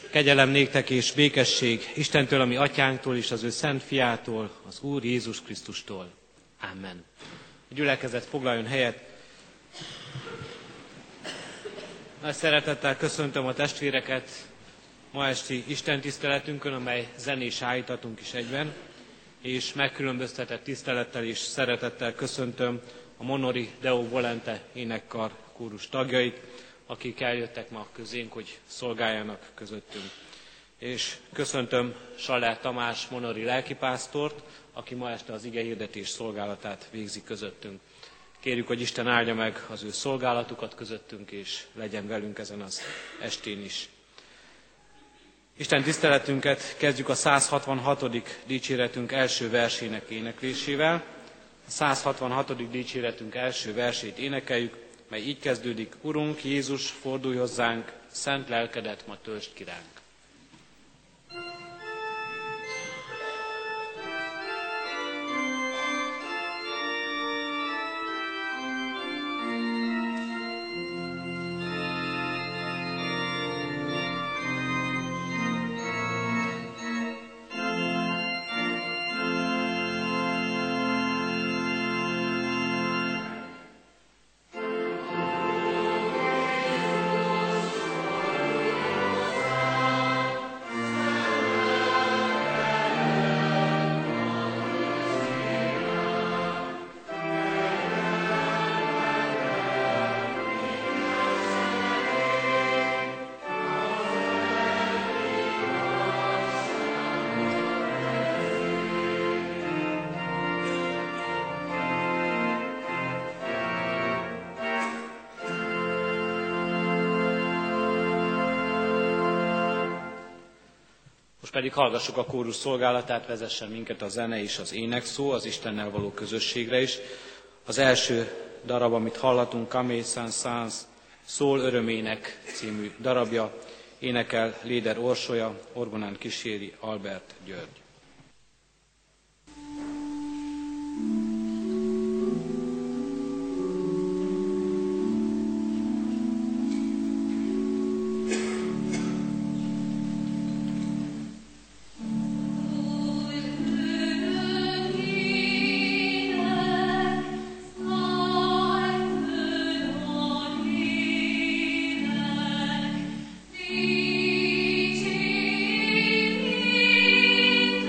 Kegyelem néktek és békesség Istentől, ami atyánktól és az ő szent fiától, az Úr Jézus Krisztustól. Amen. A gyülekezet foglaljon helyet. Nagy szeretettel köszöntöm a testvéreket ma esti istentiszteletünkön, amely zenés állítatunk is egyben, és megkülönböztetett tisztelettel és szeretettel köszöntöm a Monori Deo Volente énekkar kórus tagjait, akik eljöttek ma közénk, hogy szolgáljanak közöttünk. És köszöntöm Saller Tamás monori lelkipásztort, aki ma este az igehirdetés szolgálatát végzi közöttünk. Kérjük, hogy Isten áldja meg az ő szolgálatukat közöttünk, és legyen velünk ezen az estén is. Isten tiszteletünket kezdjük a 166. dicséretünk első versének éneklésével. A 166. dicséretünk első versét énekeljük, mely így kezdődik: Urunk Jézus, fordulj hozzánk, szent lelkedet ma töltsd ki ránk. Most pedig hallgassuk a kórus szolgálatát, vezessen minket a zene és az énekszó, az Istennel való közösségre is. Az első darab, amit hallatunk, Camé Saint-Saëns, Szól örömének című darabja, énekel Léder Orsolya, orgonán kíséri Albert György. Thank you.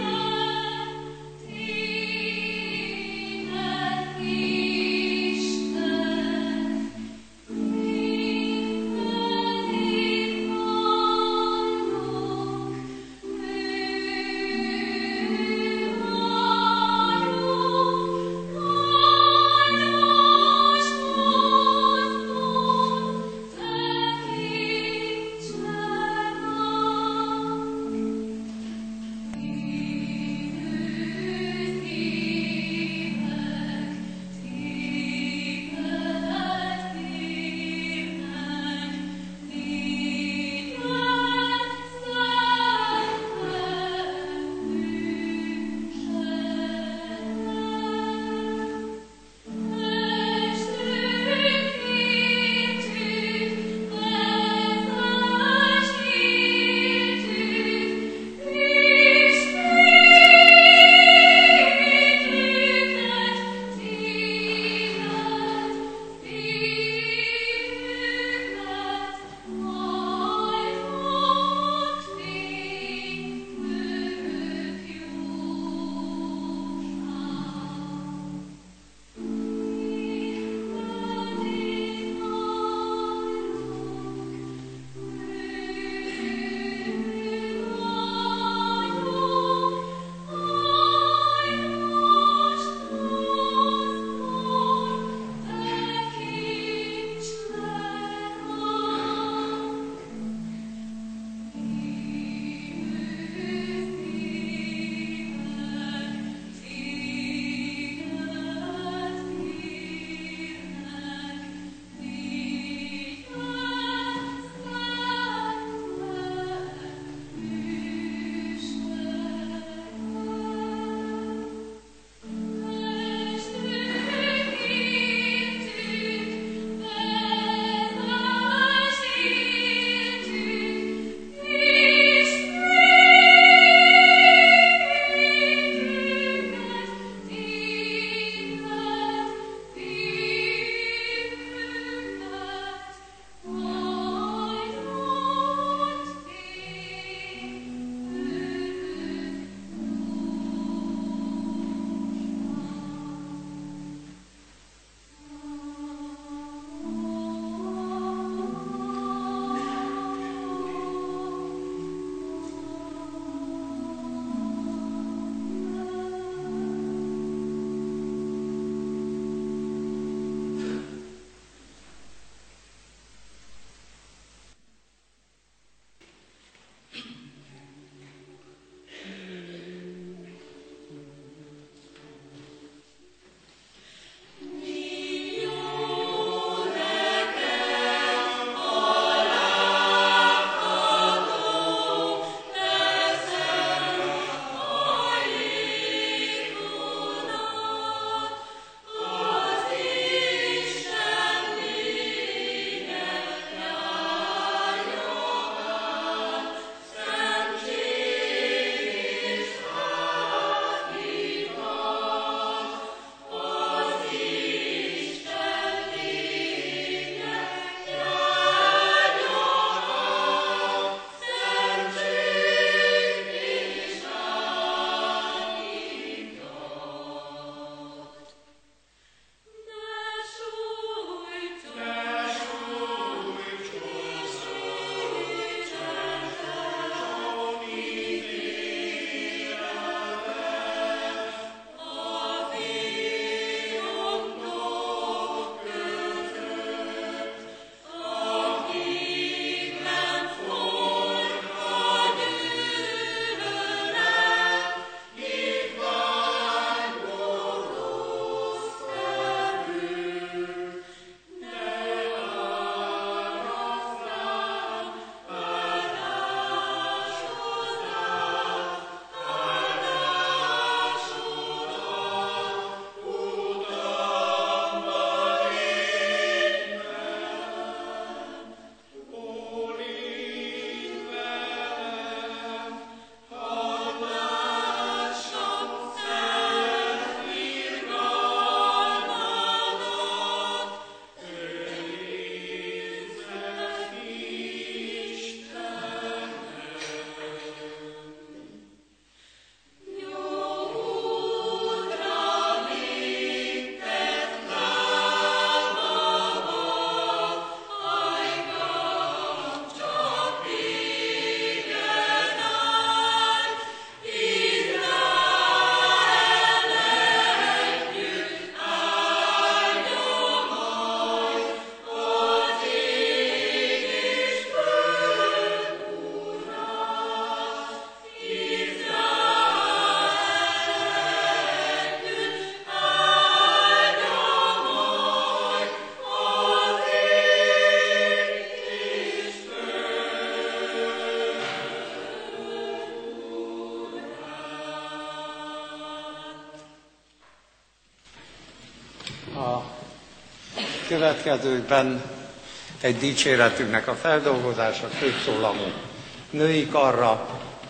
következőkben egy dicséretünknek a feldolgozása, kétszólamú női karra,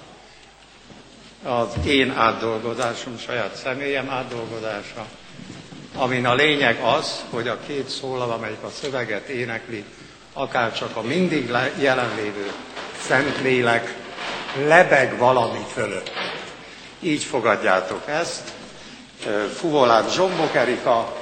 az én átdolgozásom, saját személyem átdolgozása, amin a lényeg az, hogy a két szólam, amelyik a szöveget énekli, akárcsak a mindig jelenlévő Szentlélek lebeg valami fölött. Így fogadjátok ezt. Fuvolát Zsombok Erika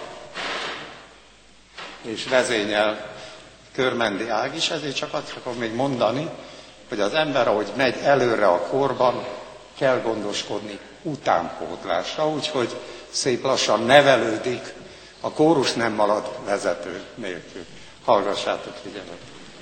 és vezényel Körmendi Ágis, ezért csak azt akarom még mondani, hogy az ember, ahogy megy előre a korban, kell gondoskodni utánpótlásra, úgyhogy szép lassan nevelődik, a kórus nem marad vezető nélkül. Hallgassátok figyelmet!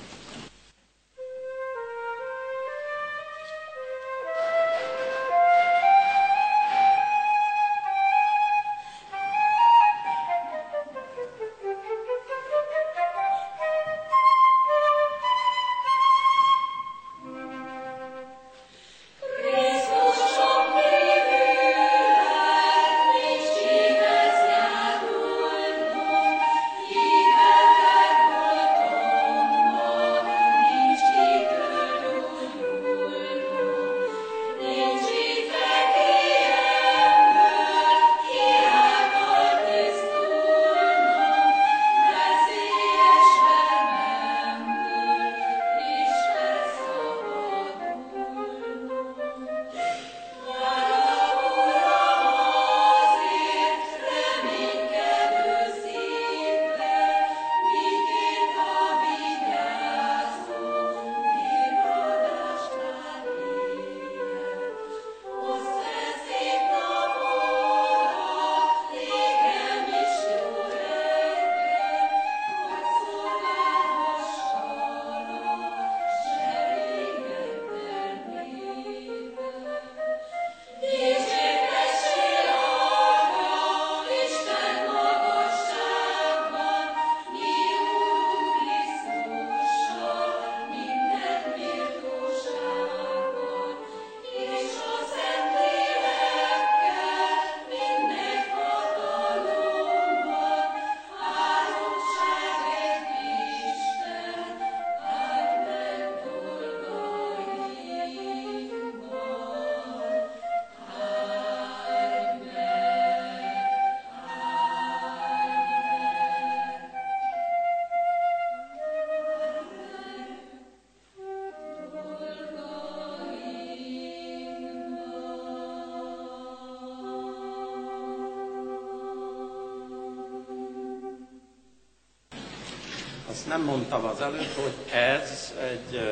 Azt nem mondtam az előtt, hogy ez egy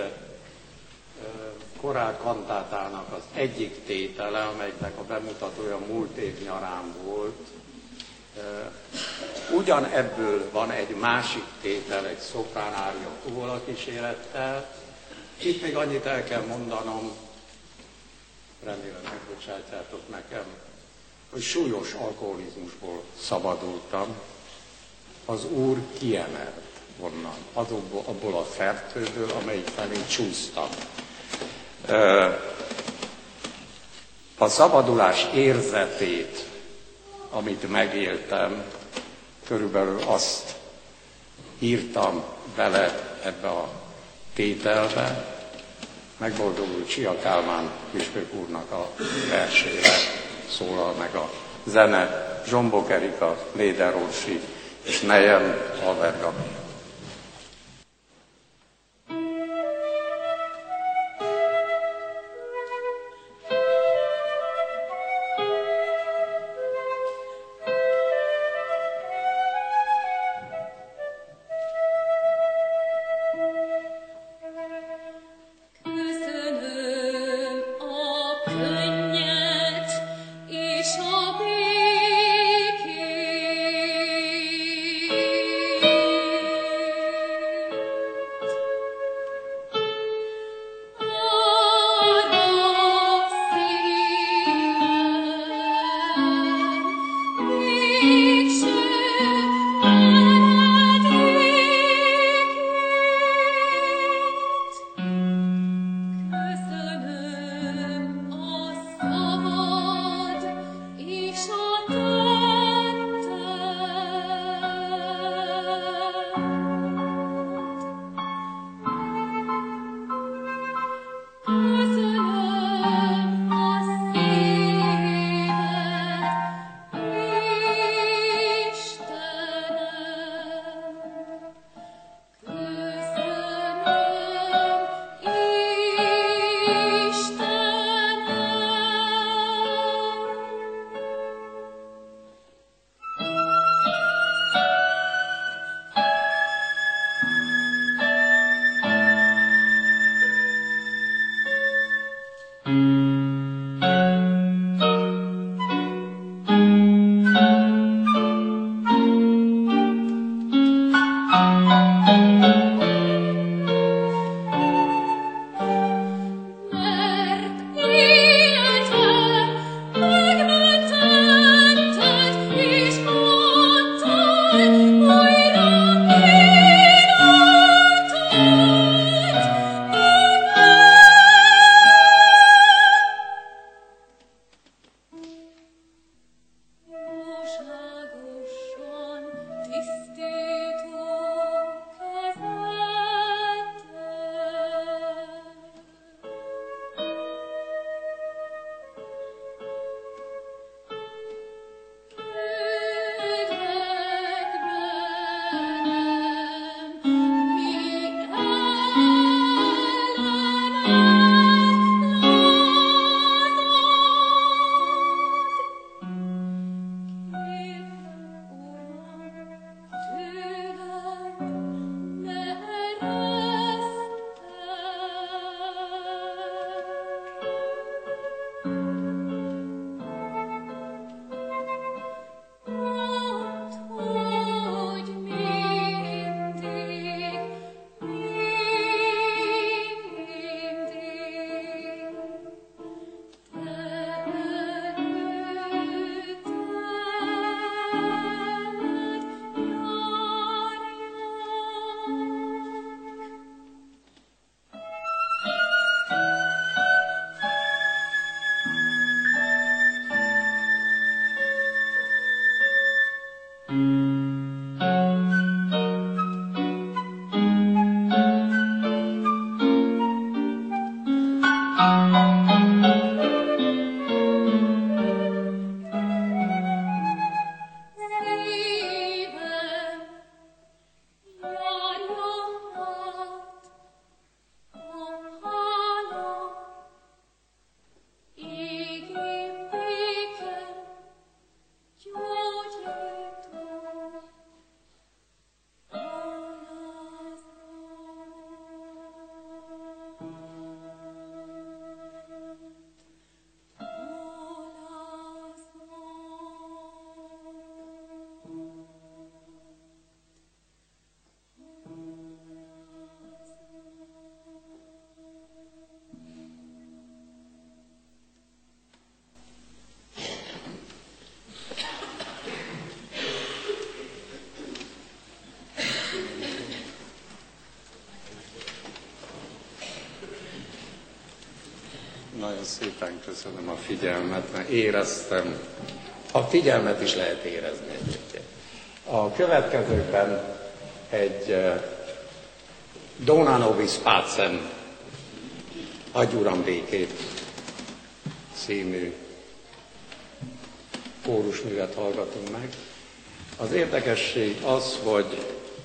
korál kantátának az egyik tétele, amelynek a bemutatója múlt év nyarán volt. Ugyanebből van egy másik tétel, egy szopránária fuvola kísérettel. Itt még annyit el kell mondanom, remélem megbocsátjátok nekem, hogy súlyos alkoholizmusból szabadultam. Az Úr kiemelt onnan, abból a fertőből, amelyik felé csúsztam. A szabadulás érzetét, amit megéltem, körülbelül azt írtam bele ebbe a tételbe, megboldogult Csia Kálmán püspök úrnak a versére szólal meg a zene, Zsombok Erika, Léder Orsi és nejem Albert Gabi. Nagyon szépen köszönöm a figyelmet, mert éreztem, a figyelmet is lehet érezni egyébként. A következőkben egy Dona nobis pacem, Adj Uram békét című kórusművet hallgatunk meg. Az érdekesség az, hogy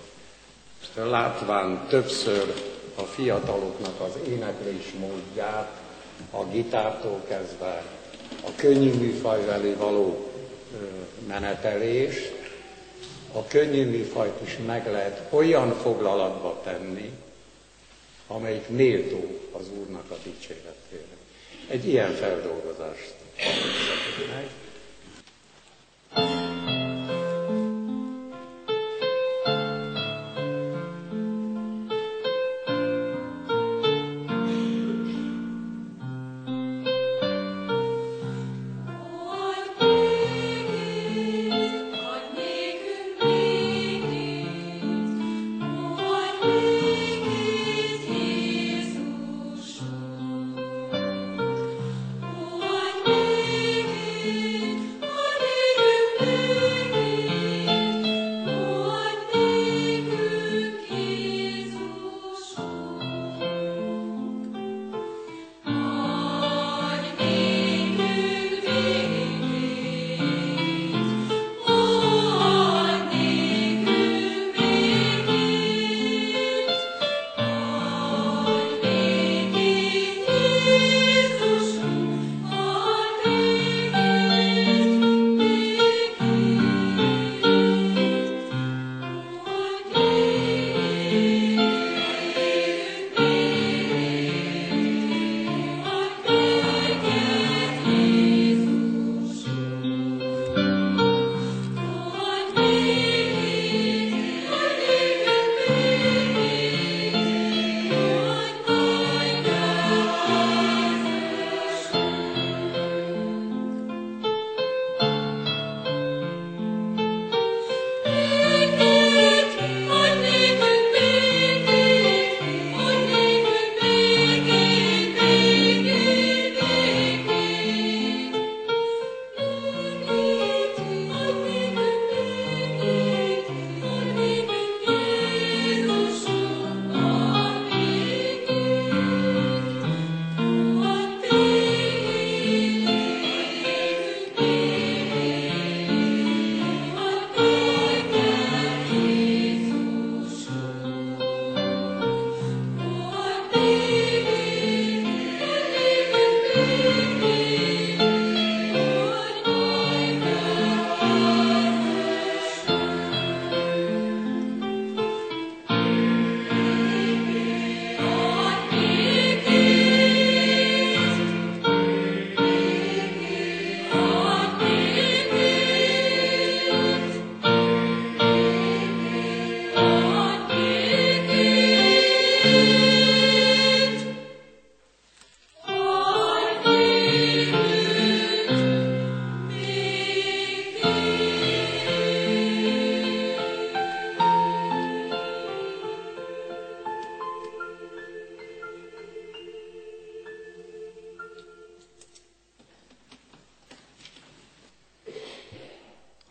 látván többször a fiataloknak az éneklés módját, a gitártól kezdve a könnyű műfaj felé való menetelést, a könnyű műfajt is meg lehet olyan foglalatba tenni, amelyik méltó az Úrnak a dicséretére. Egy ilyen feldolgozást hallgatunk meg. Jézus,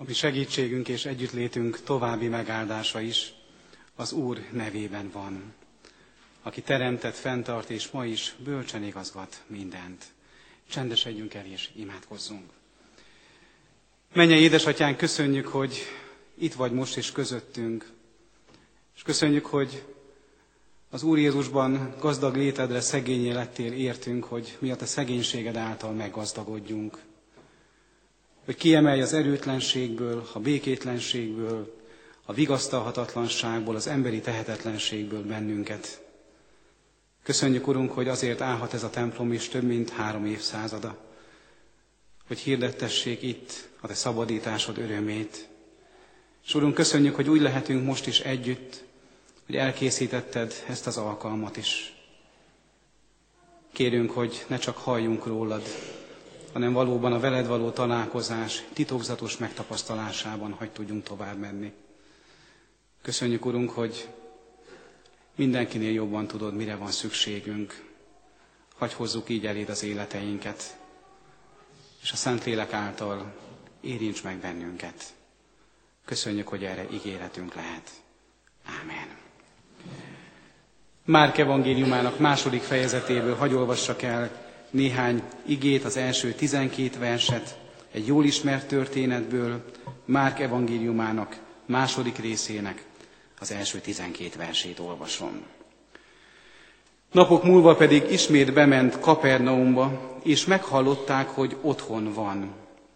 mi segítségünk és együttlétünk további megáldása is az Úr nevében van, aki teremtett, fenntart és ma is bölcsen igazgat mindent. Csendesedjünk el és imádkozzunk. Mennyei édesatyánk, köszönjük, hogy itt vagy most is közöttünk, és köszönjük, hogy az Úr Jézusban gazdag létedre szegényé lettél értünk, hogy mi a te szegénységed által meggazdagodjunk. Hogy kiemelj az erőtlenségből, a békétlenségből, a vigasztalhatatlanságból, az emberi tehetetlenségből bennünket. Köszönjük, Urunk, hogy azért állhat ez a templom is több mint 3 évszázada, hogy hirdettessék itt a te szabadításod örömét. És Urunk, köszönjük, hogy úgy lehetünk most is együtt, hogy elkészítetted ezt az alkalmat is. Kérünk, hogy ne csak halljunk rólad, hanem valóban a veled való találkozás titokzatos megtapasztalásában hagy tudjunk tovább menni. Köszönjük, Urunk, hogy mindenkinél jobban tudod, mire van szükségünk. Hagy hozzuk így eléd az életeinket, és a Szentlélek által érints meg bennünket. Köszönjük, hogy erre ígéretünk lehet. Ámen. Márk evangéliumának 2. fejezetéből hagy olvassak el néhány igét, az első 12 verset, egy jól ismert történetből, Márk evangéliumának 2. részének az első 12 versét olvasom. Napok múlva pedig ismét bement Kapernaumba, és meghallották, hogy otthon van.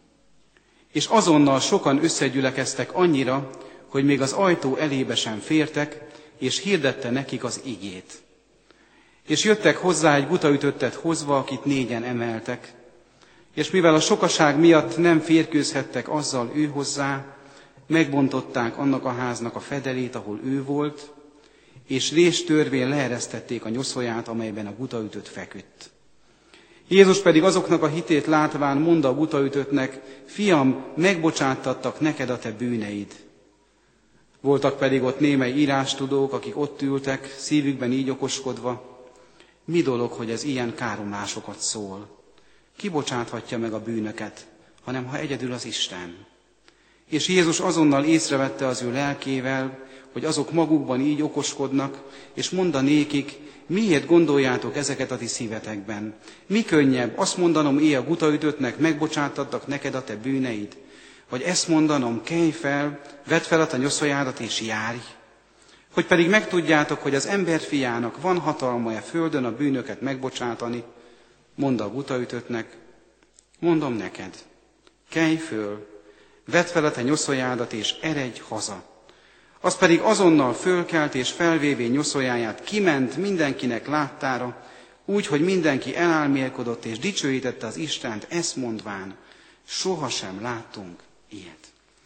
És azonnal sokan összegyülekeztek annyira, hogy még az ajtó elébe sem fértek, és hirdette nekik az igét. És jöttek hozzá egy butaütöttet hozva, akit 4-en emeltek. És mivel a sokaság miatt nem férkőzhettek azzal ő hozzá, megbontották annak a háznak a fedelét, ahol ő volt, és réstörvén leeresztették a nyoszóját, amelyben a butaütött feküdt. Jézus pedig azoknak a hitét látván mondta a butaütöttnek: fiam, megbocsáttattak neked a te bűneid. Voltak pedig ott némely írástudók, akik ott ültek, szívükben így okoskodva: mi dolog, hogy ez ilyen káromlásokat szól? Ki bocsáthatja meg a bűnöket, hanem ha egyedül az Isten? És Jézus azonnal észrevette az ő lelkével, hogy azok magukban így okoskodnak, és mondta nékik: miért gondoljátok ezeket a ti szívetekben? Mi könnyebb azt mondanom a butaütöttnek: megbocsátattak neked a te bűneid? Vagy ezt mondanom: kelj fel, vedd fel a te nyoszójádat és járj? Hogy pedig megtudjátok, hogy az emberfiának van hatalma a földön a bűnöket megbocsátani, mondta a butaütöttnek: mondom neked, kelj föl, vedd fel a te nyoszójádat és eredj haza. Az pedig azonnal fölkelt, és felvévén nyoszójáját kiment mindenkinek láttára, úgy, hogy mindenki elálmélkodott és dicsőítette az Istent, ezt mondván: sohasem láttunk ilyet.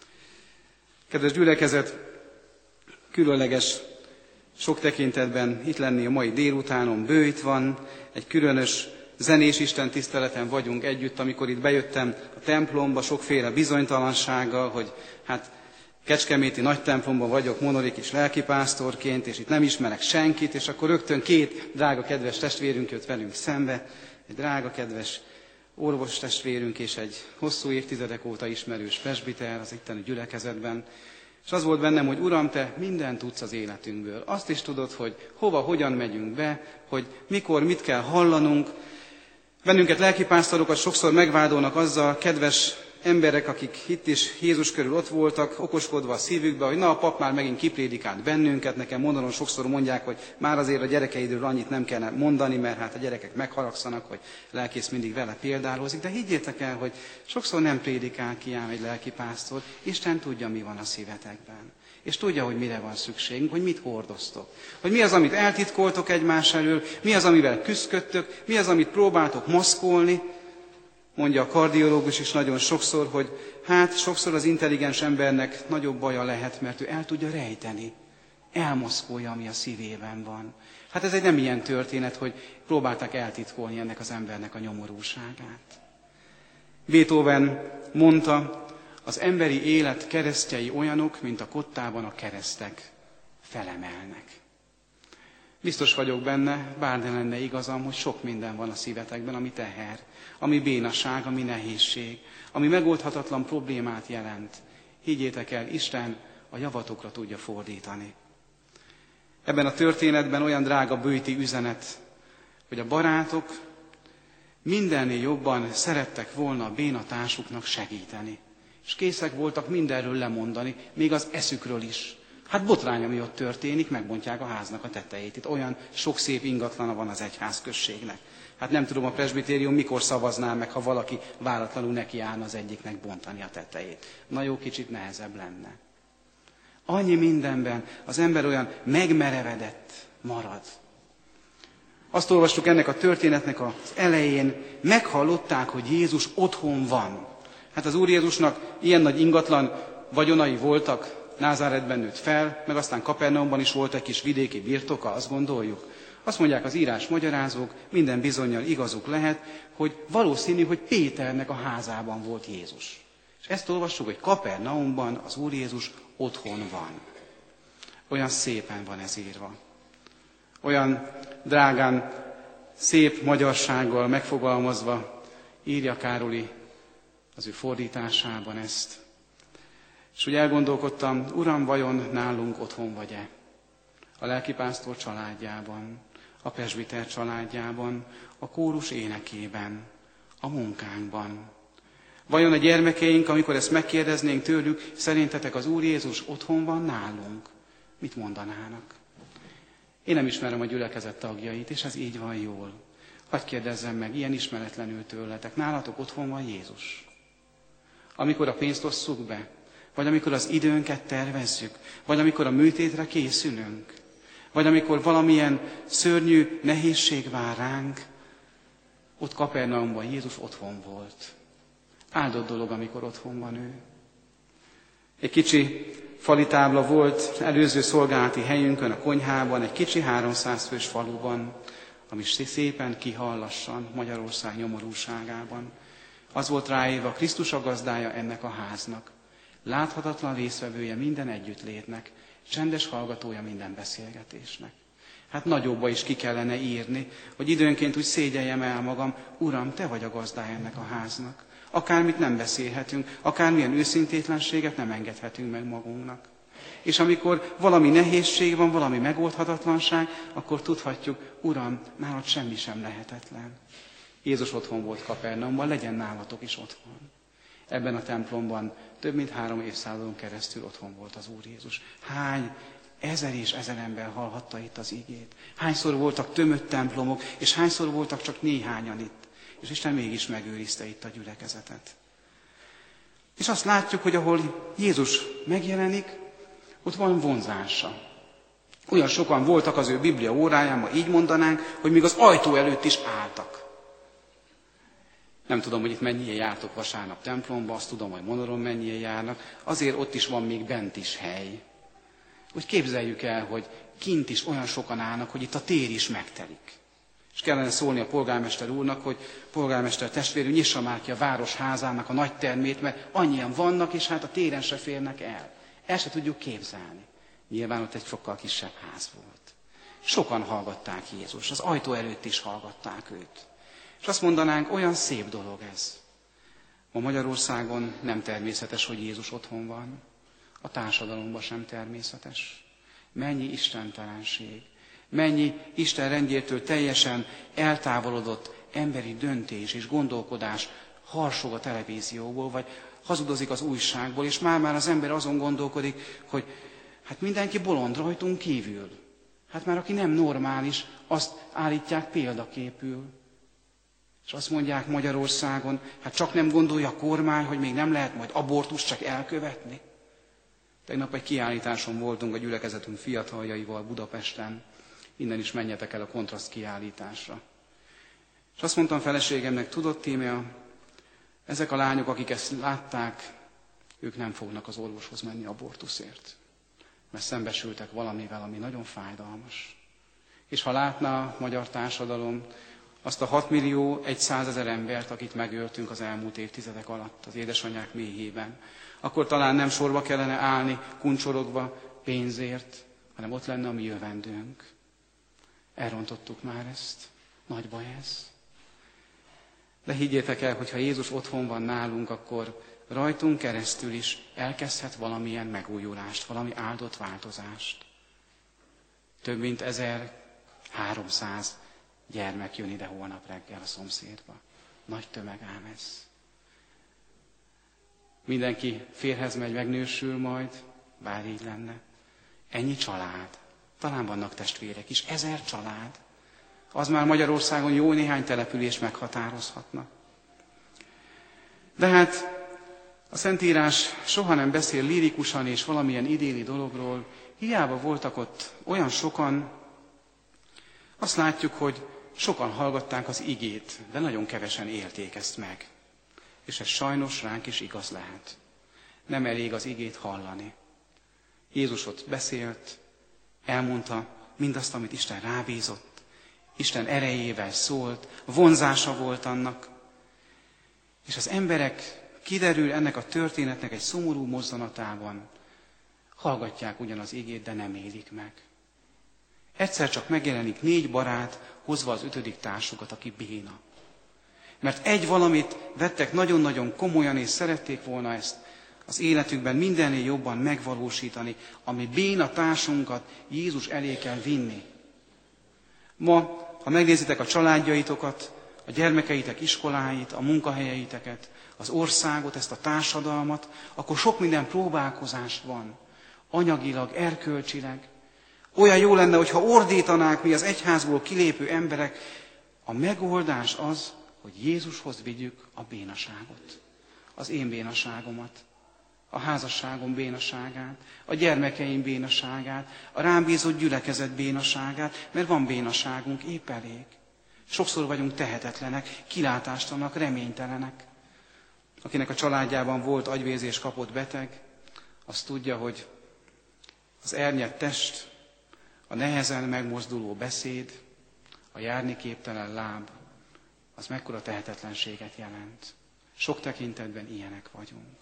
Kedves gyülekezet, különleges sok tekintetben itt lenni a mai délutánon, bőjt van, egy különös zenés Isten tiszteleten vagyunk együtt, amikor itt bejöttem a templomba sokféle bizonytalansággal, hogy hát kecskeméti nagy templomban vagyok monorikus lelkipásztorként, és itt nem ismerek senkit, és akkor rögtön 2 drága kedves testvérünk jött velünk szembe, egy drága kedves orvos testvérünk és egy hosszú évtizedek óta ismerős presbiter az itteni gyülekezetben. És az volt bennem, hogy Uram, te mindent tudsz az életünkből. Azt is tudod, hogy hova, hogyan megyünk be, hogy mikor, mit kell hallanunk. Bennünket lelkipásztorokat sokszor megvádolnak azzal, kedves emberek, akik itt is Jézus körül ott voltak, okoskodva a szívükbe, hogy na, a pap már megint kiprédikált bennünket. Nekem mondanom sokszor mondják, hogy már azért a gyerekeidről annyit nem kellene mondani, mert hát a gyerekek megharagszanak, hogy lelkész mindig vele példálózik. De higgyétek el, hogy sokszor nem prédikál ki ám egy lelkipásztor. Isten tudja, mi van a szívetekben. És tudja, hogy mire van szükségünk, hogy mit hordoztok. Hogy mi az, amit eltitkoltok egymás elől, mi az, amivel küzdködtök, mi az, amit próbáltok maszkolni. Mondja a kardiológus is nagyon sokszor, hogy hát sokszor az intelligens embernek nagyobb baja lehet, mert ő el tudja rejteni, elmaszkolja, ami a szívében van. Hát ez egy nem ilyen történet, hogy próbálták eltitkolni ennek az embernek a nyomorúságát. Beethoven mondta, az emberi élet keresztjei olyanok, mint a kottában a keresztek, felemelnek. Biztos vagyok benne, bár ne lenne igazam, hogy sok minden van a szívetekben, ami teher, ami bénaság, ami nehézség, ami megoldhatatlan problémát jelent. Higgyétek el, Isten a javatokra tudja fordítani. Ebben a történetben olyan drága bőti üzenet, hogy a barátok mindennél jobban szerettek volna a bénatársuknak segíteni. És készek voltak mindenről lemondani, még az eszükről is. Hát botrány, ami ott történik, megbontják a háznak a tetejét. Itt olyan sok szép ingatlana van az egyházközségnek. Hát nem tudom, a presbitérium mikor szavazná meg, ha valaki váratlanul nekiállna az egyiknek bontani a tetejét. Na jó, kicsit nehezebb lenne. Annyi mindenben az ember olyan megmerevedett marad. Azt olvastuk ennek a történetnek az elején, meghallották, hogy Jézus otthon van. Hát az Úr Jézusnak ilyen nagy ingatlan vagyonai voltak, Názáretben nőtt fel, meg aztán Kapernaumban is volt egy kis vidéki birtoka, azt gondoljuk. Azt mondják az írás magyarázók, minden bizonnyal igazuk lehet, hogy valószínű, hogy Péternek a házában volt Jézus. És ezt olvassuk, hogy Kapernaumban az Úr Jézus otthon van. Olyan szépen van ez írva. Olyan drágán, szép magyarsággal megfogalmazva írja Károli az ő fordításában ezt. És úgy elgondolkodtam, Uram, vajon nálunk otthon vagy-e? A lelkipásztor családjában, a presbiter családjában, a kórus énekében, a munkánkban. Vajon a gyermekeink, amikor ezt megkérdeznénk tőlük, szerintetek az Úr Jézus otthon van nálunk? Mit mondanának? Én nem ismerem a gyülekezet tagjait, és ez így van jól. Hadd kérdezzem meg, ilyen ismeretlenül tőletek, nálatok otthon van Jézus? Amikor a pénzt osszuk be, vagy amikor az időnket tervezzük, vagy amikor a műtétre készülünk, vagy amikor valamilyen szörnyű nehézség vár ránk, ott Kapernaumban Jézus otthon volt. Áldott dolog, amikor otthon van ő. Egy kicsi fali tábla volt előző szolgálati helyünkön, a konyhában, egy kicsi 300 fős faluban, ami szépen kihal lassan Magyarország nyomorúságában. Az volt ráírva, Krisztus a gazdája ennek a háznak, láthatatlan résztvevője minden együttlétnek, csendes hallgatója minden beszélgetésnek. Hát nagyobba is ki kellene írni, hogy időnként úgy szégyeljem el magam, Uram, te vagy a gazdája ennek a háznak. Akármit nem beszélhetünk, akármilyen őszintétlenséget nem engedhetünk meg magunknak. És amikor valami nehézség van, valami megoldhatatlanság, akkor tudhatjuk, Uram, nálad semmi sem lehetetlen. Jézus otthon volt Kapernaumban, legyen nálatok is otthon. Ebben a templomban több mint 3 évszázadon keresztül otthon volt az Úr Jézus. Hány ezer és ezer ember hallhatta itt az igét. Hányszor voltak tömött templomok, és hányszor voltak csak néhányan itt. És Isten mégis megőrizte itt a gyülekezetet. És azt látjuk, hogy ahol Jézus megjelenik, ott van vonzása. Olyan sokan voltak az ő Biblia óráján, ma így mondanánk, hogy még az ajtó előtt is álltak. Nem tudom, hogy itt mennyien jártok vasárnap templomba, azt tudom, hogy Monoron mennyien járnak, azért ott is van még bent is hely. Úgy képzeljük el, hogy kint is olyan sokan állnak, hogy itt a tér is megtelik. És kellene szólni a polgármester úrnak, hogy polgármester testvérünk, nyissa már ki a városházának a nagy termét, mert annyian vannak, és hát a téren se férnek el. El se tudjuk képzelni. Nyilván ott egy sokkal kisebb ház volt. Sokan hallgatták Jézus, az ajtó előtt is hallgatták őt. És azt mondanánk, olyan szép dolog ez. Ma Magyarországon nem természetes, hogy Jézus otthon van. A társadalomban sem természetes. Mennyi istentelenség, mennyi Isten rendjétől teljesen eltávolodott emberi döntés és gondolkodás harsog a televízióból, vagy hazudozik az újságból, és már az ember azon gondolkodik, hogy hát mindenki bolond rajtunk kívül. Hát már aki nem normális, azt állítják példaképül. És azt mondják Magyarországon, hát csak nem gondolja a kormány, hogy még nem lehet majd abortust csak elkövetni. Tegnap egy kiállításon voltunk a gyülekezetünk fiataljaival Budapesten. Innen is menjetek el a kontraszt kiállításra. És azt mondtam feleségemnek, tudod, Tímea, ezek a lányok, akik ezt látták, ők nem fognak az orvoshoz menni abortuszért. Mert szembesültek valamivel, ami nagyon fájdalmas. És ha látná a magyar társadalom azt a 6.100.000 embert, akit megöltünk az elmúlt évtizedek alatt az édesanyák méhében, akkor talán nem sorba kellene állni, kuncsorogva pénzért, hanem ott lenne a mi jövendőnk. Elrontottuk már ezt. Nagy baj ez. De higgyétek el, hogy ha Jézus otthon van nálunk, akkor rajtunk keresztül is elkezdhet valamilyen megújulást, valami áldott változást. Több mint 1300 gyermek jön ide holnap reggel a szomszédba. Nagy tömeg ám ez. Mindenki férhez megy, megnősül majd, bár így lenne. Ennyi család. Talán vannak testvérek is. 1000 család. Az már Magyarországon jó néhány település meghatározhatna. De hát a Szentírás soha nem beszél lirikusan és valamilyen idilli dologról. Hiába voltak ott olyan sokan, azt látjuk, hogy sokan hallgatták az igét, de nagyon kevesen élték ezt meg. És ez sajnos ránk is igaz lehet. Nem elég az igét hallani. Jézus ott beszélt, elmondta mindazt, amit Isten rábízott. Isten erejével szólt, vonzása volt annak. És az emberek, kiderül ennek a történetnek egy szomorú mozzanatában, hallgatják ugyan az igét, de nem élik meg. Egyszer csak megjelenik 4 barát, hozva az 5. társukat, aki béna. Mert egy valamit vettek nagyon-nagyon komolyan, és szerették volna ezt az életükben mindennél jobban megvalósítani, ami béna társunkat Jézus elé kell vinni. Ma, ha megnézitek a családjaitokat, a gyermekeitek iskoláit, a munkahelyeiteket, az országot, ezt a társadalmat, akkor sok minden próbálkozás van. Anyagilag, erkölcsileg. Olyan jó lenne, hogyha ordítanák mi az egyházból kilépő emberek. A megoldás az, hogy Jézushoz vigyük a bénaságot. Az én bénaságomat, a házasságom bénaságát, a gyermekeim bénaságát, a rám bízott gyülekezet bénaságát, mert van bénaságunk, épp elég. Sokszor vagyunk tehetetlenek, kilátástalanok, reménytelenek. Akinek a családjában volt agyvérzés kapott beteg, az tudja, hogy az ernyett test, a nehezen megmozduló beszéd, a járni képtelen láb, az mekkora tehetetlenséget jelent. Sok tekintetben ilyenek vagyunk.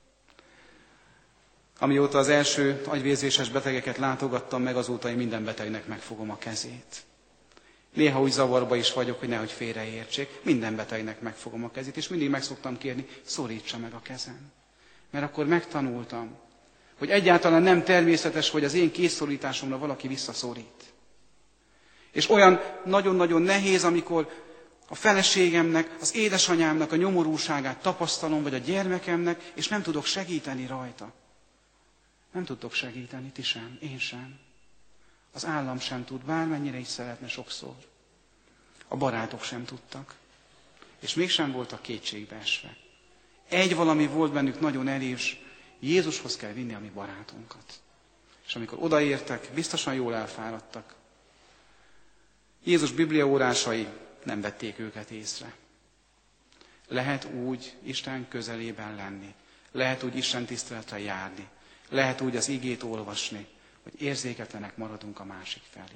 Amióta az első agyvérzéses betegeket látogattam meg, azóta én minden betegnek megfogom a kezét. Néha úgy zavarba is vagyok, hogy nehogy félreértsék. Minden betegnek megfogom a kezét, és mindig meg szoktam kérni, szorítsa meg a kezem. Mert akkor megtanultam, hogy egyáltalán nem természetes, hogy az én kézszorításomra valaki visszaszorít. És olyan nagyon-nagyon nehéz, amikor a feleségemnek, az édesanyámnak a nyomorúságát tapasztalom, vagy a gyermekemnek, és nem tudok segíteni rajta. Nem tudtok segíteni, ti sem, én sem. Az állam sem tud, bármennyire is szeretne sokszor. A barátok sem tudtak. És mégsem voltak kétségbe esve. Egy valami volt bennük nagyon erős, Jézushoz kell vinni a mi barátunkat. És amikor odaértek, biztosan jól elfáradtak. Jézus bibliaórásai nem vették őket észre. Lehet úgy Isten közelében lenni. Lehet úgy Isten tiszteletre járni. Lehet úgy az igét olvasni, hogy érzéketlenek maradunk a másik felé.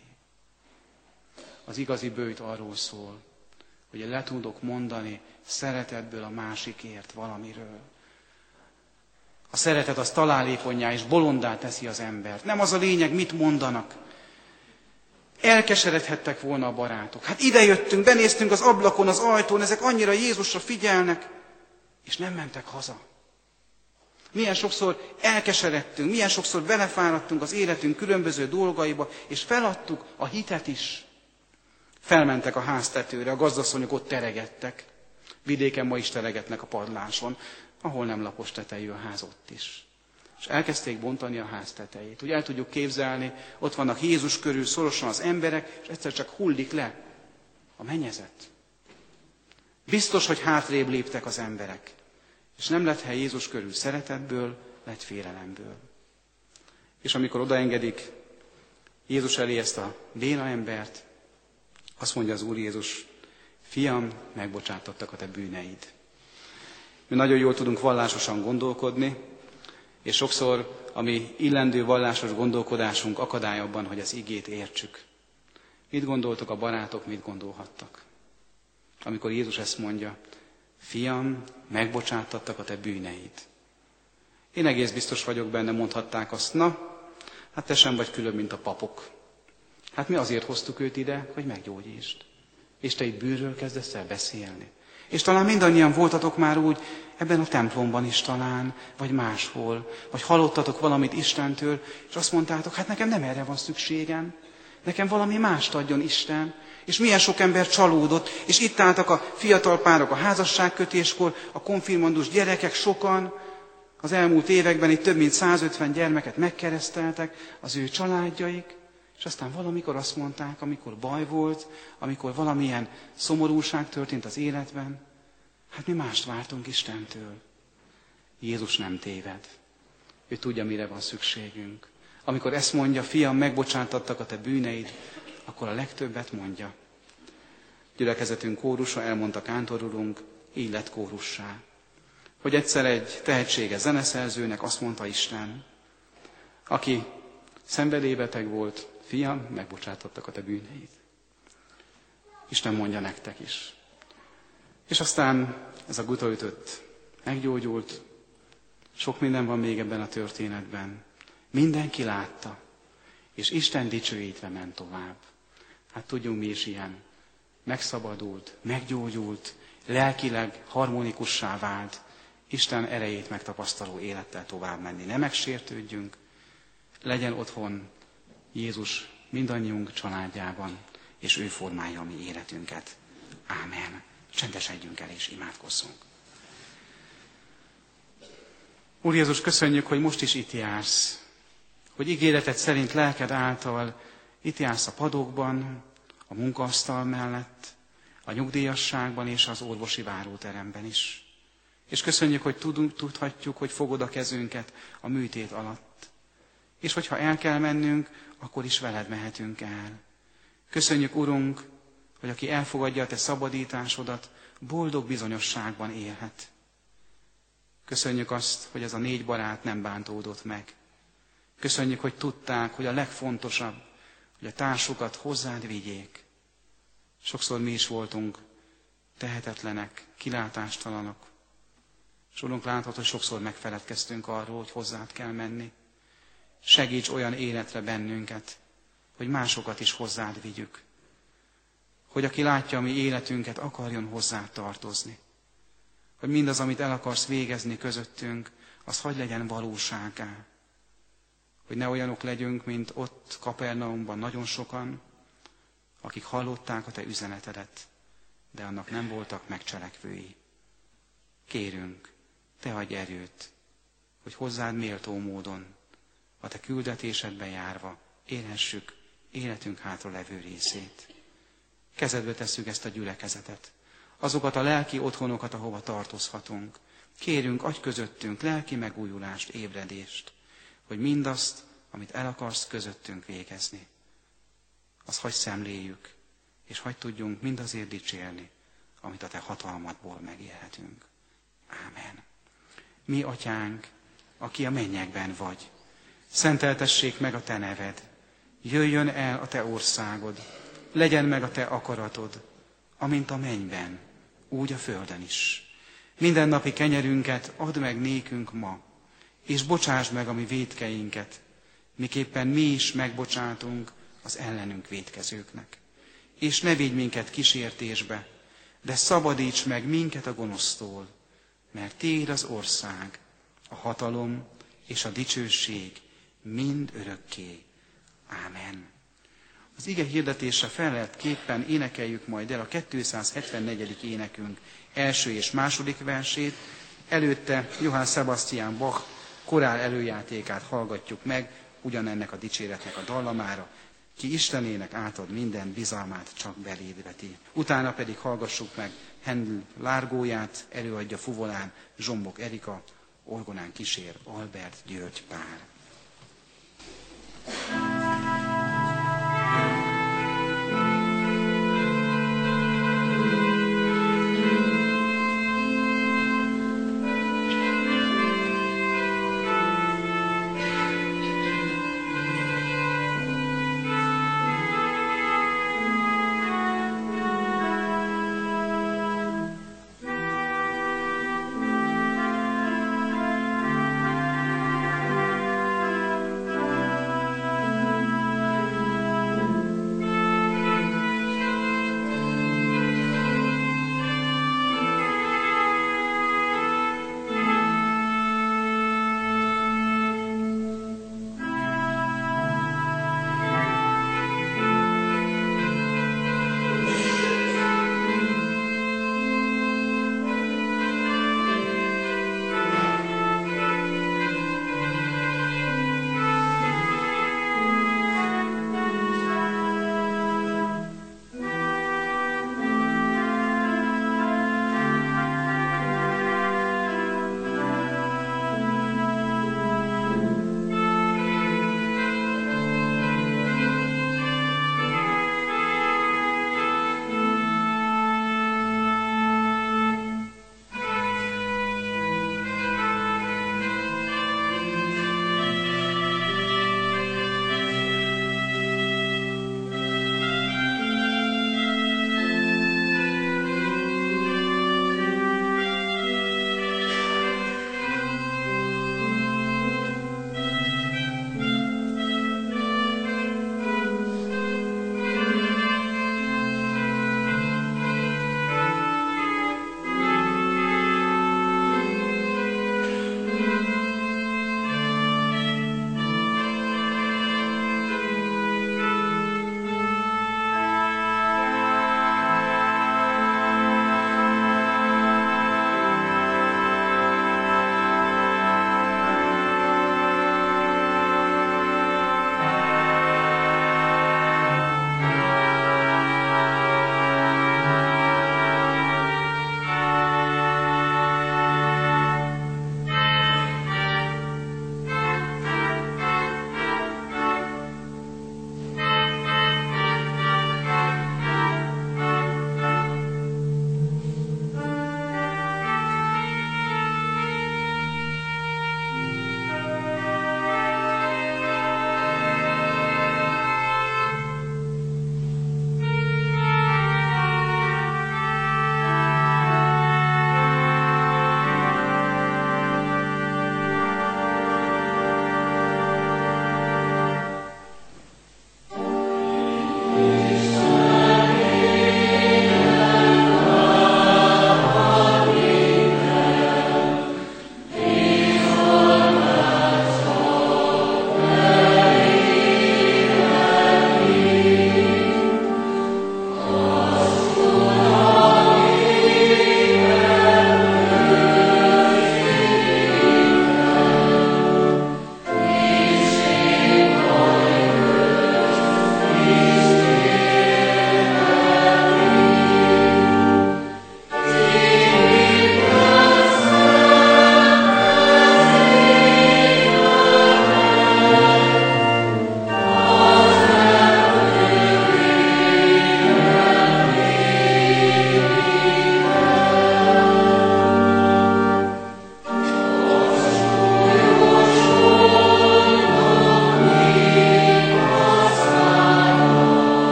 Az igazi bőjt arról szól, hogy le tudok mondani szeretetből a másikért valamiről. A szeretet az találékonnyá és bolondá teszi az embert. Nem az a lényeg, mit mondanak. Elkeseredhettek volna a barátok. Hát idejöttünk, benéztünk az ablakon, az ajtón, ezek annyira Jézusra figyelnek, és nem mentek haza. Milyen sokszor elkeseredtünk, milyen sokszor belefáradtunk az életünk különböző dolgaiba, és feladtuk a hitet is. Felmentek a háztetőre, a gazdasszonyok ott teregettek. Vidéken ma is teregetnek a padláson, ahol nem lapos tetejű a ház, ott is. És elkezdték bontani a ház tetejét. Úgy el tudjuk képzelni, ott vannak Jézus körül szorosan az emberek, és egyszer csak hullik le a mennyezet. Biztos, hogy hátrébb léptek az emberek. És nem lett hely Jézus körül szeretetből, lett félelemből. És amikor odaengedik Jézus elé ezt a béna embert, azt mondja az Úr Jézus, fiam, megbocsátottak a te bűneid. Mi nagyon jól tudunk vallásosan gondolkodni, és sokszor a mi illendő vallásos gondolkodásunk akadály abban, hogy az igét értsük. Mit gondoltok a barátok, mit gondolhattak? Amikor Jézus ezt mondja, fiam, megbocsátattak a te bűneid. Én egész biztos vagyok benne, mondhatták azt, na, hát te sem vagy külön, mint a papok. Hát mi azért hoztuk őt ide, hogy meggyógyítsd. És te itt bűnről kezdesz el beszélni. És talán mindannyian voltatok már úgy Ebben a templomban is talán, vagy máshol. Vagy hallottatok valamit Istentől, és azt mondtátok, hát nekem nem erre van szükségem. Nekem valami mást adjon Isten. És milyen sok ember csalódott, és itt álltak a fiatal párok a házasságkötéskor, a konfirmandus gyerekek sokan. Az elmúlt években itt több mint 150 gyermeket megkereszteltek, az ő családjaik. És aztán valamikor azt mondták, amikor baj volt, amikor valamilyen szomorúság történt az életben, hát mi mást vártunk Istentől. Jézus nem téved. Ő tudja, mire van szükségünk. Amikor ezt mondja, fiam, megbocsátattak a te bűneid, akkor a legtöbbet mondja. Gyülekezetünk kórusa, elmondta kántorulunk, így lett kórussá. Hogy egyszer egy tehetséges zeneszerzőnek azt mondta Isten, aki szenvedélybeteg volt, fiam, megbocsátottak a te bűneid. Isten mondja nektek is. És aztán ez a gutaütött meggyógyult, sok minden van még ebben a történetben. Mindenki látta, és Isten dicsőítve ment tovább. Hát tudjunk mi is ilyen. Megszabadult, meggyógyult, lelkileg harmonikussá vált, Isten erejét megtapasztaló élettel tovább menni. Ne megsértődjünk, legyen otthon Jézus mindannyiunk családjában, és ő formálja a mi életünket. Ámen. Csendesedjünk el és imádkozzunk. Úr Jézus, köszönjük, hogy most is itt jársz, hogy ígéreted szerint lelked által itt jársz a padokban, a munkaasztal mellett, a nyugdíjasságban és az orvosi váróteremben is. És köszönjük, hogy tudhatjuk, hogy fogod a kezünket a műtét alatt. És hogyha el kell mennünk, akkor is veled mehetünk el. Köszönjük, Urunk, hogy aki elfogadja a te szabadításodat, boldog bizonyosságban élhet. Köszönjük azt, hogy ez a 4 barát nem bántódott meg. Köszönjük, hogy tudták, hogy a legfontosabb, hogy a társukat hozzád vigyék. Sokszor mi is voltunk tehetetlenek, kilátástalanok. És Urunk, láthatod, hogy sokszor megfeledkeztünk arról, hogy hozzád kell menni. Segíts olyan életre bennünket, hogy másokat is hozzád vigyük. Hogy aki látja a mi életünket, akarjon hozzád tartozni. Hogy mindaz, amit el akarsz végezni közöttünk, az hadd legyen valósággá. Hogy ne olyanok legyünk, mint ott Kapernaumban nagyon sokan, akik hallották a te üzenetedet, de annak nem voltak megcselekvői. Kérünk, te adj erőt, hogy hozzád méltó módon, a te küldetésedbe járva élhessük életünk hátra levő részét. Kezedbe tesszük ezt a gyülekezetet, azokat a lelki otthonokat, ahova tartozhatunk. Kérünk, adj közöttünk lelki megújulást, ébredést, hogy mindazt, amit el akarsz közöttünk végezni, azt hagy szemléljük, és hagy tudjunk mindazért dicsérni, amit a te hatalmadból megélhetünk. Ámen. Mi, Atyánk, aki a mennyekben vagy, szenteltessék meg a te neved, jöjjön el a te országod, legyen meg a te akaratod, amint a mennyben, úgy a földön is. Mindennapi kenyerünket add meg nékünk ma, és bocsásd meg a mi vétkeinket, miképpen mi is megbocsátunk az ellenünk vétkezőknek. És ne vigy minket kísértésbe, de szabadíts meg minket a gonosztól, mert tiéd az ország, a hatalom és a dicsőség mind örökké. Ámen. Az ige hirdetésre felelt képpen énekeljük majd el a 274. énekünk első és második versét, előtte Johann Sebastian Bach korál előjátékát hallgatjuk meg, ugyanennek a dicséretnek a dallamára, ki Istenének átad minden bizalmát, csak beléd veti. Utána pedig hallgassuk meg Handel lárgóját, előadja fuvolán Zsombok Erika, orgonán kísér Albert György Pál.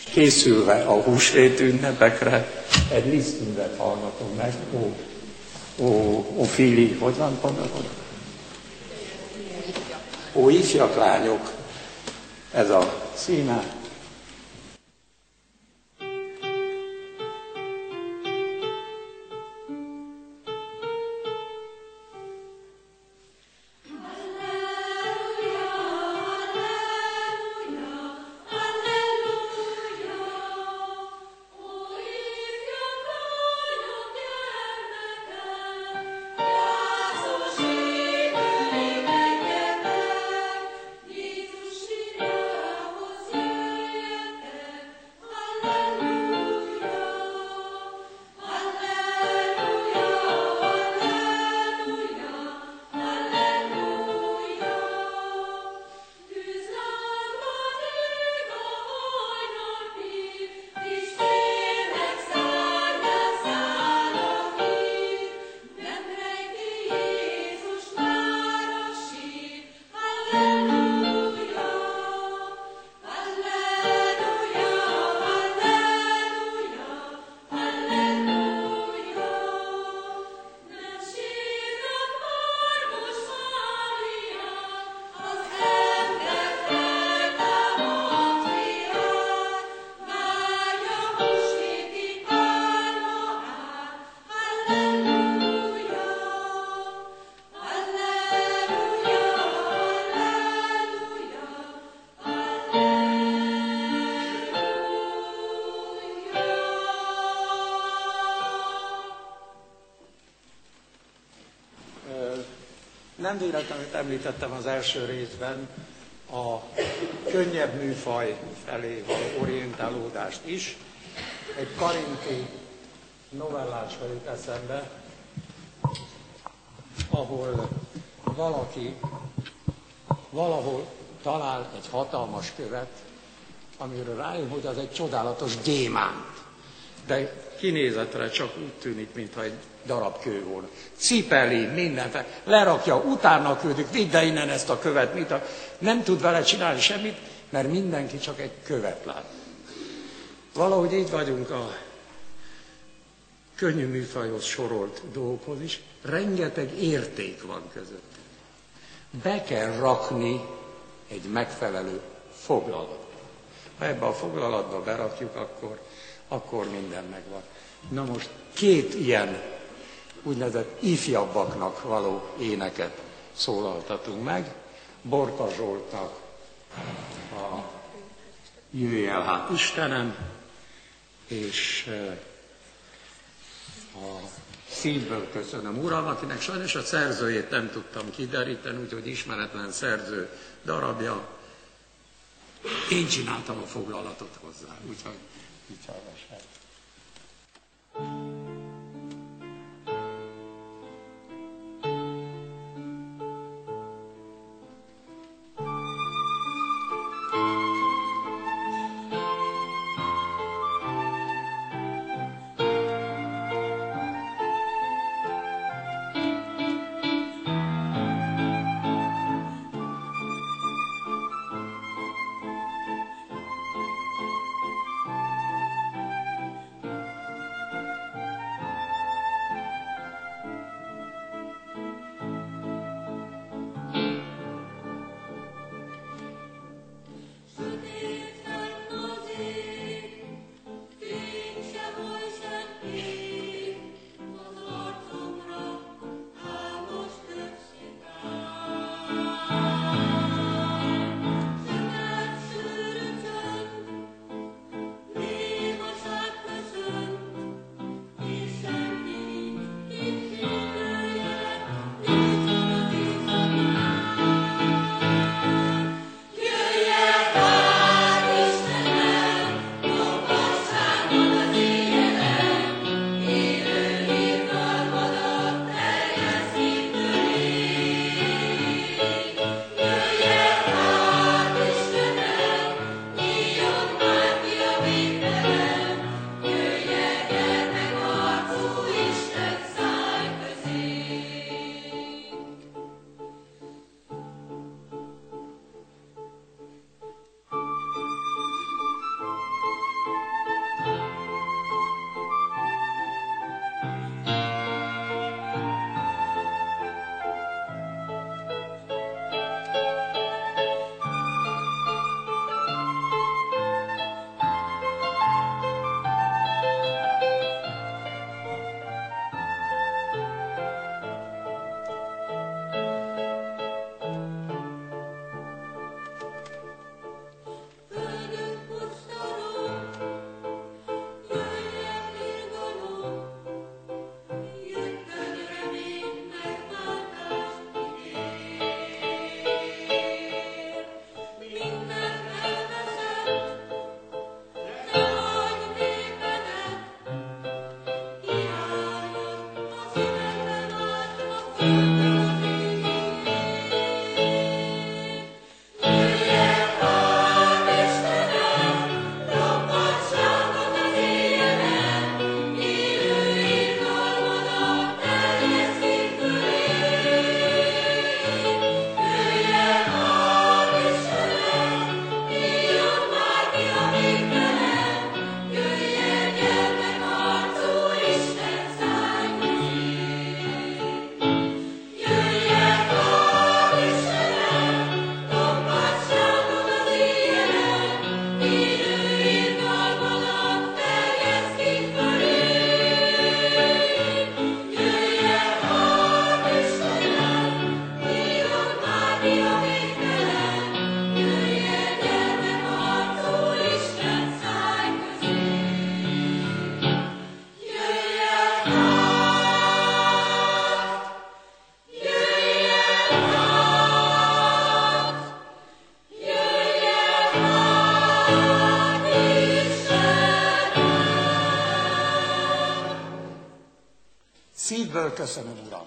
készülve a húsvét ünnepekre egy lisztművet hallgatunk meg. Ó, Fili, hogy van pontosan? Ó, ifjak lányok, ez a címe. Nem véletlenül említettem az első részben a könnyebb műfaj felé való orientálódást is. Egy karinti novellás jut eszembe, ahol valaki valahol talál egy hatalmas követ, amiről rájön, hogy az egy csodálatos gyémánt. De kinézetre csak úgy tűnik, mintha egy darab kő volna. Cipeli, mindent, lerakja, utána küldik, vidd el innen ezt a követ, nem tud vele csinálni semmit, mert mindenki csak egy követ lát. Valahogy így vagyunk a könnyű műfajhoz sorolt dolgokhoz is, rengeteg érték van között. Be kell rakni egy megfelelő foglalatba. Ha ebbe a foglalatba berakjuk, akkor minden megvan. Na most két ilyen úgynevezett ifjabbaknak való éneket szólaltatunk meg. Borka Zsoltnak a Jöjj el hát Istenem, és a Szívből köszönöm Uram, akinek sajnos a szerzőjét nem tudtam kideríteni, úgyhogy ismeretlen szerző darabja. Én csináltam a foglalatot hozzá, úgyhogy így hallgassák. Szívből köszönöm, Uram!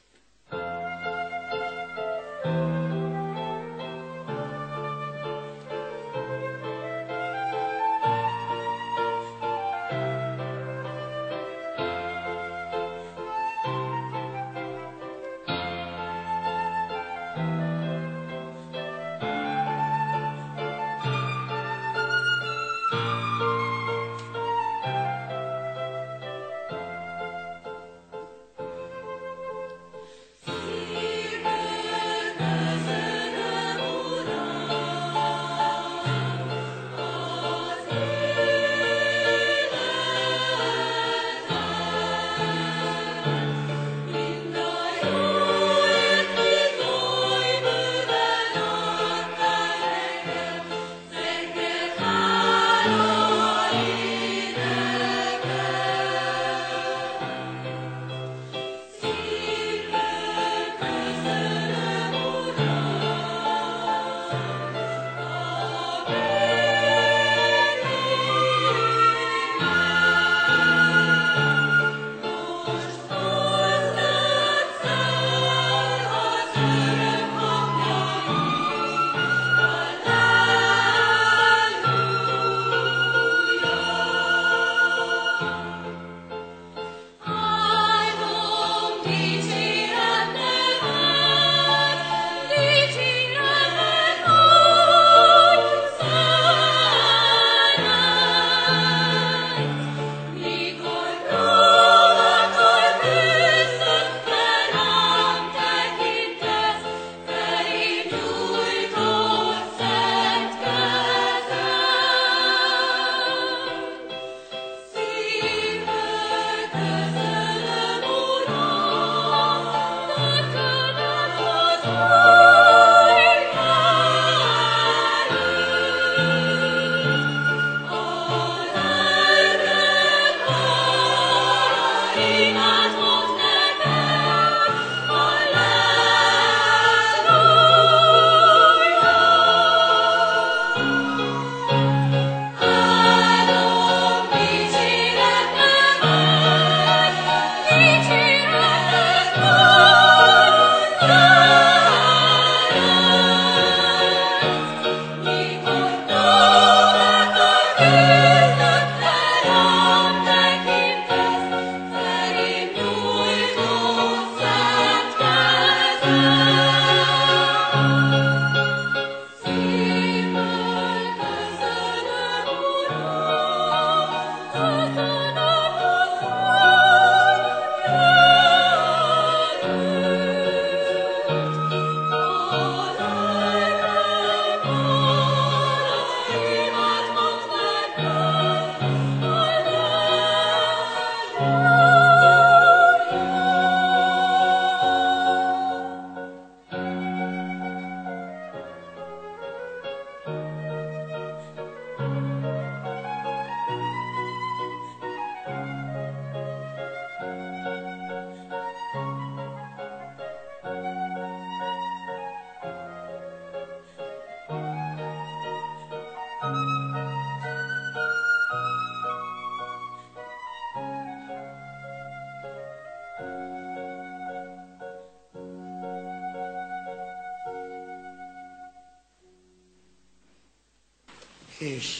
És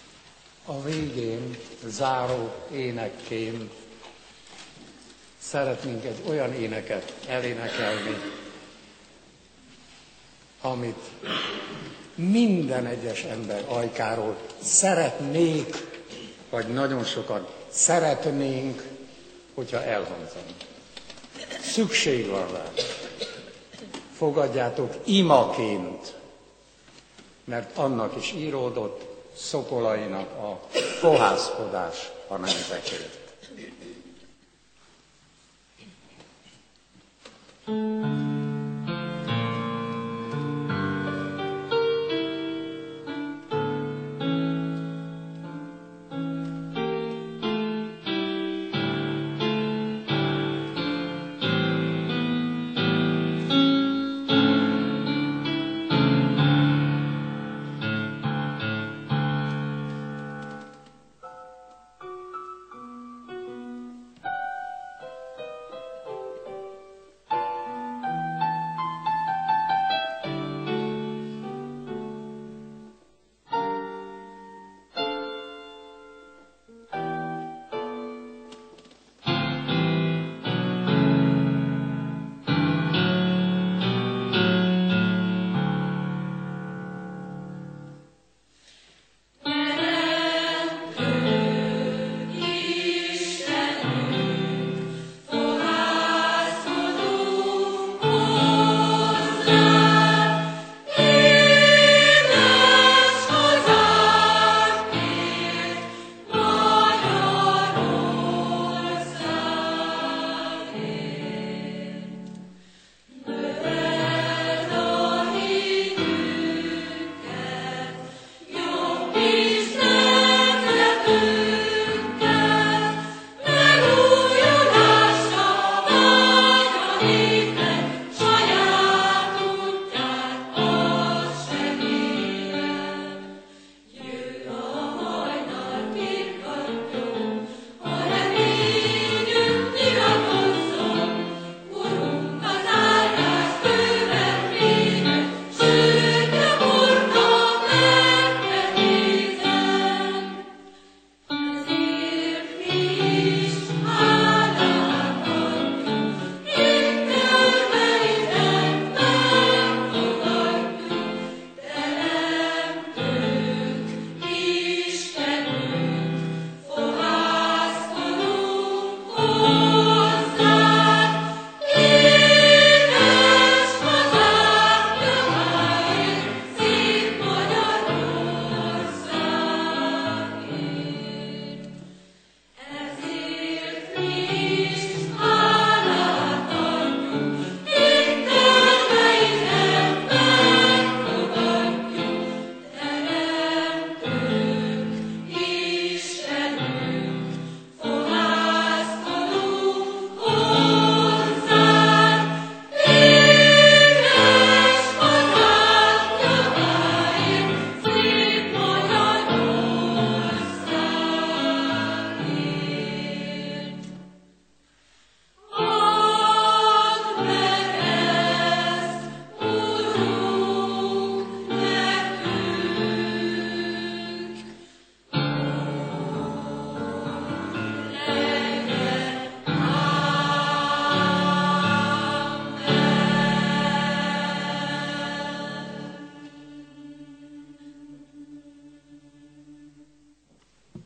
a végén, záró énekként szeretnénk egy olyan éneket elénekelni, amit minden egyes ember ajkáról szeretnék, vagy nagyon sokan szeretnénk, hogyha elhangzani. Szükség van rá. Fogadjátok imaként, mert annak is íródott Szokolainak a fohászkodás a nemzekért.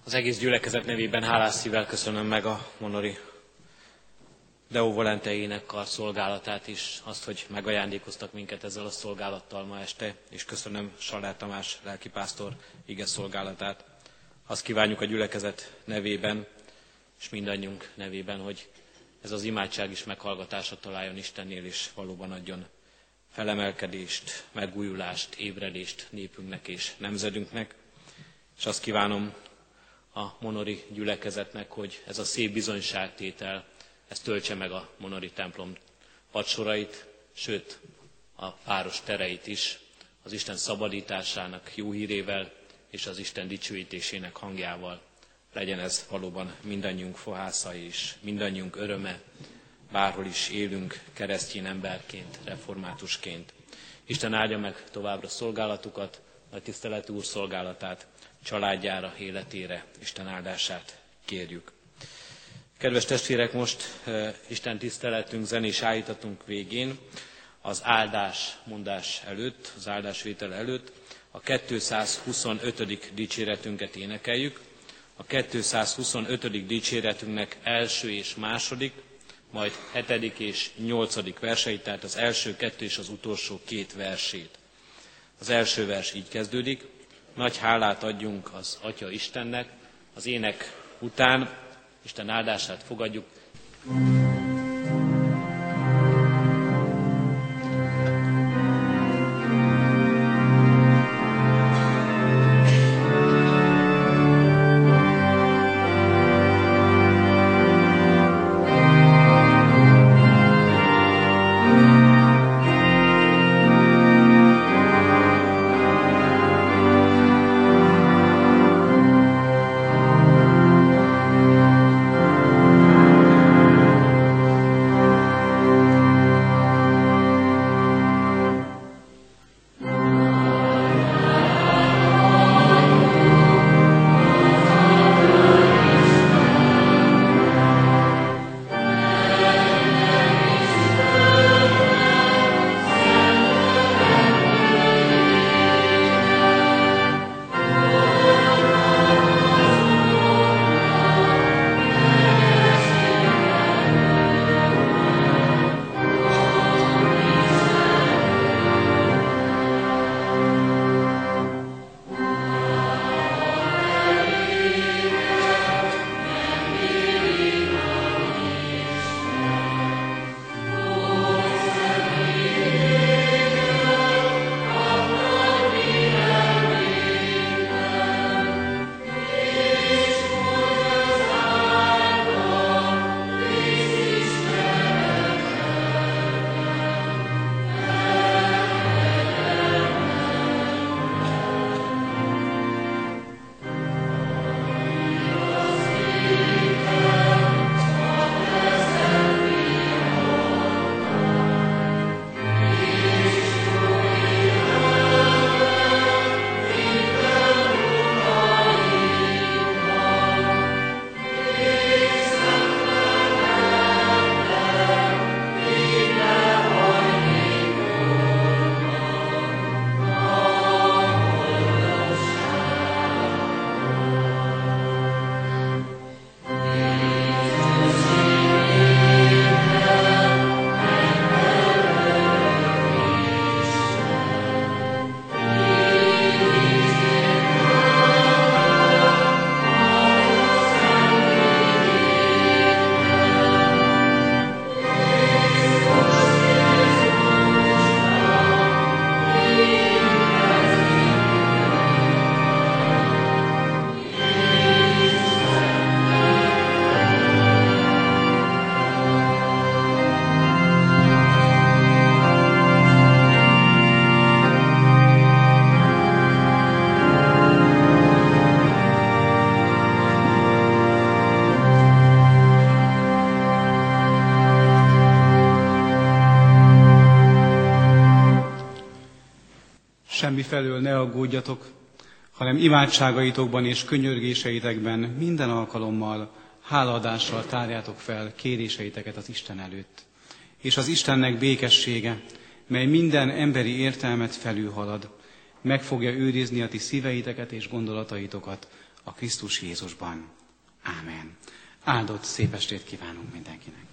Az egész gyülekezet nevében hálás szívvel köszönöm meg a Monori Deo Volente énekkar szolgálatát is, azt, hogy megajándékoztak minket ezzel a szolgálattal ma este, és köszönöm Sallár Tamás lelkipásztor ige szolgálatát. Azt kívánjuk a gyülekezet nevében, és mindannyiunk nevében, hogy ez az imádság is meghallgatásra találjon Istennél, és valóban adjon felemelkedést, megújulást, ébredést népünknek és nemzedünknek. És azt kívánom a monori gyülekezetnek, hogy ez a szép bizonyságtétel, ez töltse meg a monori templom padsorait, sőt a város tereit is az Isten szabadításának jó hírével és az Isten dicsőítésének hangjával. Legyen ez valóban mindannyiunk fohásza és mindannyiunk öröme, bárhol is élünk keresztény emberként, reformátusként. Isten áldja meg továbbra szolgálatukat, nagy tiszteletű úr szolgálatát, családjára, életére, Isten áldását kérjük. Kedves testvérek, most Isten tiszteletünk, zenés állítatunk végén, az áldásmondás előtt, az áldásvétel előtt a 225. dicséretünket énekeljük. A 225. dicséretünknek első és második, majd 7. és 8. verseit, tehát az első 2 és az utolsó 2 versét. Az első vers így kezdődik: nagy hálát adjunk az Atya Istennek, az ének után Isten áldását fogadjuk. Semmifelől ne aggódjatok, hanem imádságaitokban és könyörgéseitekben minden alkalommal hálaadással tárjátok fel kéréseiteket az Isten előtt. És az Istennek békessége, mely minden emberi értelmet felülhalad, meg fogja őrizni a ti szíveiteket és gondolataitokat a Krisztus Jézusban. Ámen. Áldott szép estét kívánunk mindenkinek!